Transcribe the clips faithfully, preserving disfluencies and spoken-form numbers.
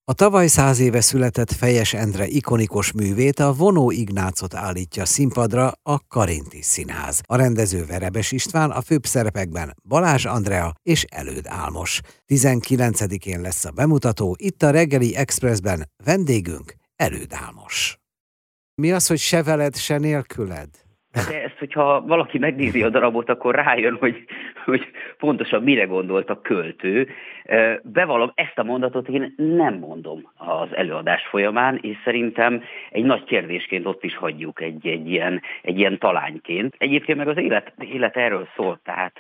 A tavaly száz éve született Fejes Endre ikonikus művét, a Vonó Ignácot állítja színpadra a Karinti Színház. A rendező Verebes István, a főbb szerepekben Balázs Andrea és Előd Álmos. tizenkilencedikén lesz a bemutató, itt a Reggeli Expressben vendégünk Előd Álmos. Mi az, hogy se veled, se nélküled? De ezt, hogyha valaki megnézi a darabot, akkor rájön, hogy, hogy pontosan mire gondolt a költő. Bevallom, ezt a mondatot én nem mondom az előadás folyamán, és szerintem egy nagy kérdésként ott is hagyjuk egy, egy, ilyen, egy ilyen talányként. Egyébként meg az élet, élet erről szól, tehát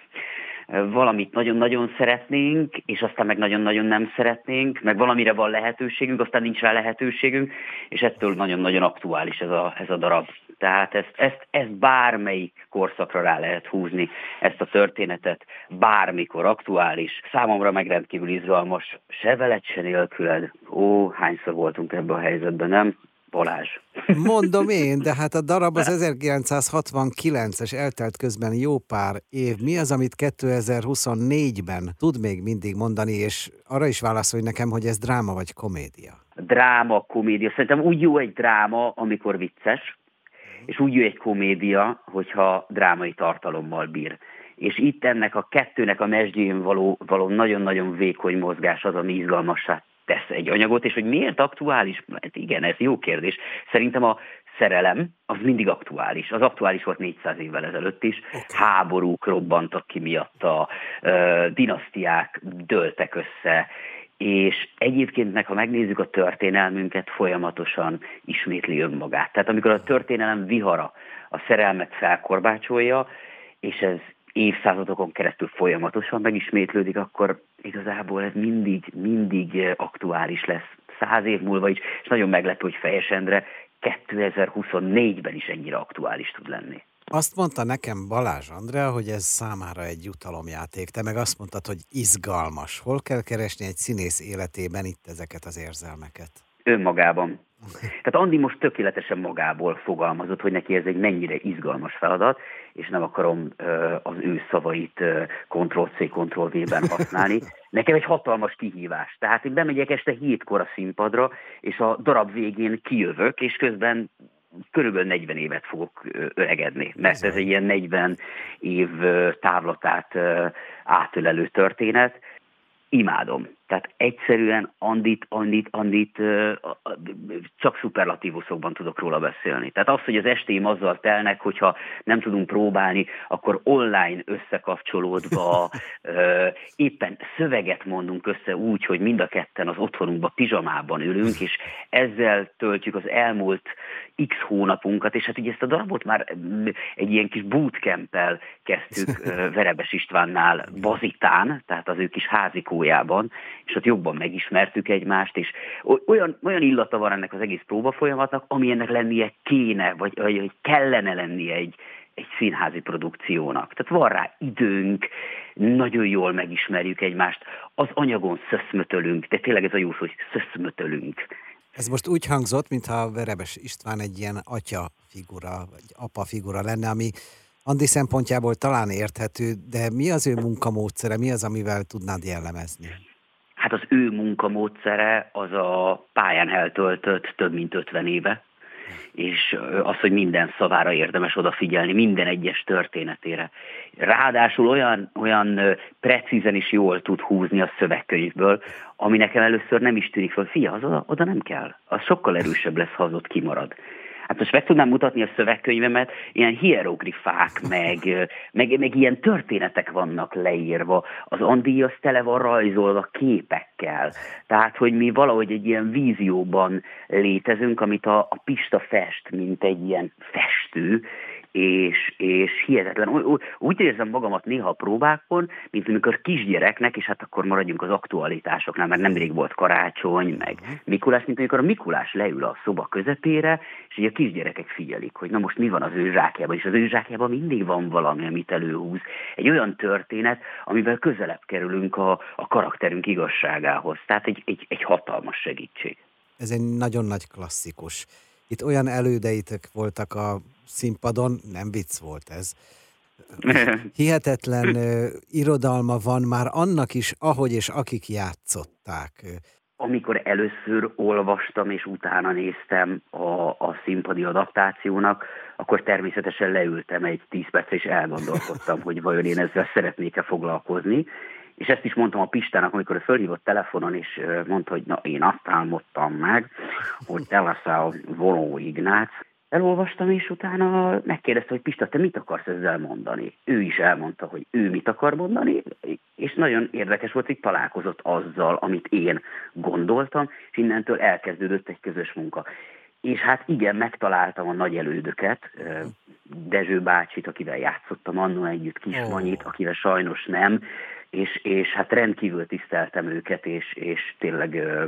valamit nagyon-nagyon szeretnénk, és aztán meg nagyon-nagyon nem szeretnénk, meg valamire van lehetőségünk, aztán nincs rá lehetőségünk, és ettől nagyon-nagyon aktuális ez a, ez a darab. Tehát ezt, ezt, ezt bármelyik korszakra rá lehet húzni, ezt a történetet, bármikor aktuális. Számomra meg rendkívül izgalmas, se veled, se nélküled. Ó, hányszor voltunk ebben a helyzetben, nem? Balázs. Mondom én, de hát a darab az ezerkilencszázhatvankilences, eltelt közben jó pár év. Mi az, amit kétezer-huszonnégyben tud még mindig mondani, és arra is válaszolj nekem, hogy ez dráma vagy komédia? Dráma, komédia. Szerintem úgy jó egy dráma, amikor vicces, és úgy jó egy komédia, hogyha drámai tartalommal bír. És itt ennek a kettőnek a mesdjén való, való nagyon-nagyon vékony mozgás az, ami izgalmassá tesz egy anyagot, és hogy miért aktuális? Hát igen, ez jó kérdés. Szerintem a szerelem az mindig aktuális. Az aktuális volt négyszáz évvel ezelőtt is. Okay. Háborúk robbantak ki miatta, uh, dinasztiák dőltek össze, és egyébként meg, ha megnézzük a történelmünket, folyamatosan ismétli önmagát. Tehát amikor a történelem vihara a szerelmet felkorbácsolja, és ez évszázadokon keresztül folyamatosan megismétlődik, akkor igazából ez mindig, mindig aktuális lesz, száz év múlva is, és nagyon meglepő, hogy Fejes Endre kétezer-huszonnégyben is ennyire aktuális tud lenni. Azt mondta nekem Balázs Andrea, hogy ez számára egy jutalomjáték. Te meg azt mondtad, hogy izgalmas. Hol kell keresni egy színész életében itt ezeket az érzelmeket? Önmagában. Tehát Andi most tökéletesen magából fogalmazott, hogy neki ez egy mennyire izgalmas feladat, és nem akarom uh, az ő szavait uh, Ctrl-C, Ctrl-V-ben használni. Nekem egy hatalmas kihívás. Tehát én bemegyek este hétkor a színpadra, és a darab végén kijövök, és közben körülbelül negyven évet fogok öregedni, mert ez egy ilyen negyven év távlatát átölelő történet. Imádom. Tehát egyszerűen Andit, Andit, Andit csak szuperlatívuszokban tudok róla beszélni. Tehát az, hogy az estém azzal telnek, hogyha nem tudunk próbálni, akkor online összekapcsolódva éppen szöveget mondunk össze úgy, hogy mind a ketten az otthonunkban pizsamában ülünk, és ezzel töltjük az elmúlt x hónapunkat, és hát ugye ezt a darabot már egy ilyen kis bootcamp-el kezdtük Verebes Istvánnál Bazitán, tehát az ő kis házikójában, és ott jobban megismertük egymást, és olyan, olyan illata van ennek az egész próbafolyamatnak, ami ennek lennie kéne, vagy, vagy kellene lennie egy, egy színházi produkciónak. Tehát van rá időnk, nagyon jól megismerjük egymást, az anyagon szöszmötölünk, de tényleg ez a jó szó, hogy szöszmötölünk. Ez most úgy hangzott, mintha Verebes István egy ilyen atya figura, vagy apa figura lenne, ami Andi szempontjából talán érthető, de mi az ő munkamódszere, mi az, amivel tudnád jellemezni? Hát az ő munkamódszere az a pályán eltöltött több mint ötven éve, és az, hogy minden szavára érdemes odafigyelni, minden egyes történetére. Ráadásul olyan, olyan precízen is jól tud húzni a szövegkönyvből, ami nekem először nem is tűnik fel. Fia, az oda, oda nem kell. Az sokkal erősebb lesz, ha az ott kimarad. Hát most meg tudnám mutatni a szövegkönyvemet, ilyen hieroglifák, meg, meg, meg ilyen történetek vannak leírva. Az Andi az tele van rajzolva képekkel. Tehát, hogy mi valahogy egy ilyen vízióban létezünk, amit a, a Pista fest, mint egy ilyen festő, és, és hihetetlen. Úgy érzem magamat néha a próbákon, mint amikor kisgyereknek, és hát akkor maradjunk az aktualitásoknál, mert nemrég volt karácsony, meg Mikulás, mint amikor a Mikulás leül a szoba közepére, és ugye a kisgyerekek figyelik, hogy na most mi van az ő zsákjában, és az ő zsákjában mindig van valami, amit előhúz. Egy olyan történet, amivel közelebb kerülünk a, a karakterünk igazságához. Tehát egy, egy, egy hatalmas segítség. Ez egy nagyon nagy klasszikus. Itt olyan elődeitek voltak a színpadon, nem vicc volt ez. Hihetetlen uh, irodalma van már annak is, ahogy és akik játszották. Amikor először olvastam és utána néztem a, a színpadi adaptációnak, akkor természetesen leültem egy tíz percre és elgondolkodtam, hogy vajon én ezzel szeretnék-e foglalkozni. És ezt is mondtam a Pistának, amikor ő fölhívott telefonon, és mondta, hogy na, én azt álmodtam meg, hogy te leszel Vonó Ignác. Elolvastam, és utána megkérdezte, hogy Pista, te mit akarsz ezzel mondani? Ő is elmondta, hogy ő mit akar mondani, és nagyon érdekes volt, hogy találkozott azzal, amit én gondoltam, és innentől elkezdődött egy közös munka. És hát igen, megtaláltam a nagy elődöket, Dezső bácsit, akivel játszottam annó együtt, Kismanyit, akivel sajnos nem, és, és hát rendkívül tiszteltem őket, és, és tényleg ö,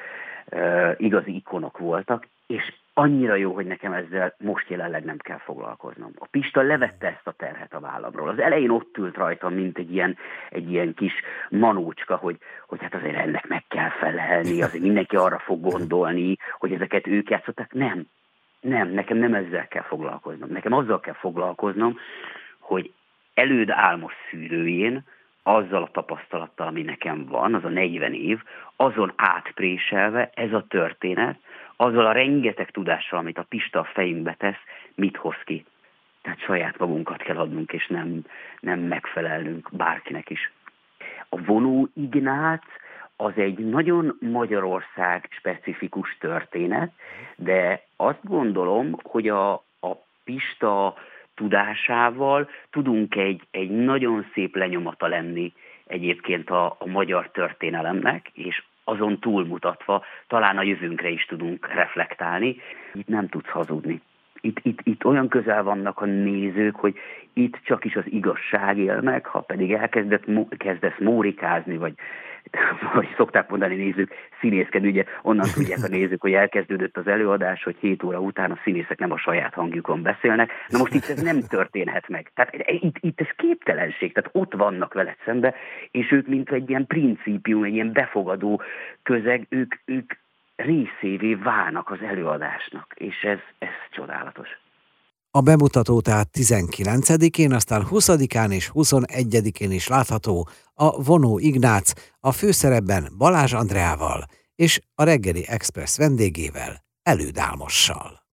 ö, igazi ikonok voltak, és annyira jó, hogy nekem ezzel most jelenleg nem kell foglalkoznom. A Pista levette ezt a terhet a vállamról. Az elején ott ült rajtam, mint egy ilyen, egy ilyen kis manócska, hogy, hogy hát azért ennek meg kell felelni, azért mindenki arra fog gondolni, hogy ezeket ők játszották. Nem, nem, nekem nem ezzel kell foglalkoznom. Nekem azzal kell foglalkoznom, hogy előd álmos szűrőjén, azzal a tapasztalattal, ami nekem van, az a negyven év, azon átpréselve ez a történet, azzal a rengeteg tudással, amit a Pista a fejünkbe tesz, mit hoz ki. Tehát saját magunkat kell adnunk, és nem, nem megfelelnünk bárkinek is. A Vonó Ignác az egy nagyon Magyarország specifikus történet, de azt gondolom, hogy a, a Pista tudásával tudunk egy, egy nagyon szép lenyomata lenni egyébként a, a magyar történelemnek, és azon túlmutatva talán a jövőnkre is tudunk reflektálni. Itt nem tudsz hazudni. Itt, itt, itt olyan közel vannak a nézők, hogy itt csak is az igazság él meg, ha pedig elkezdett, kezdesz mórikázni, vagy, vagy szokták mondani nézők, színészkedni, ugye onnan tudják a nézők, hogy elkezdődött az előadás, hogy hét óra után a színészek nem a saját hangjukon beszélnek. Na most itt ez nem történhet meg. Tehát itt, itt ez képtelenség, tehát ott vannak veled szembe, és ők mint egy ilyen principium, egy ilyen befogadó közeg, ők, ők részévé válnak az előadásnak, és ez, ez csodálatos. A bemutató tehát tizenkilencedikén, aztán huszadikán és huszonegyedikén is látható a Vonó Ignác, a főszerepben Balázs Andreával és a Reggeli Express vendégével, Előd Álmossal.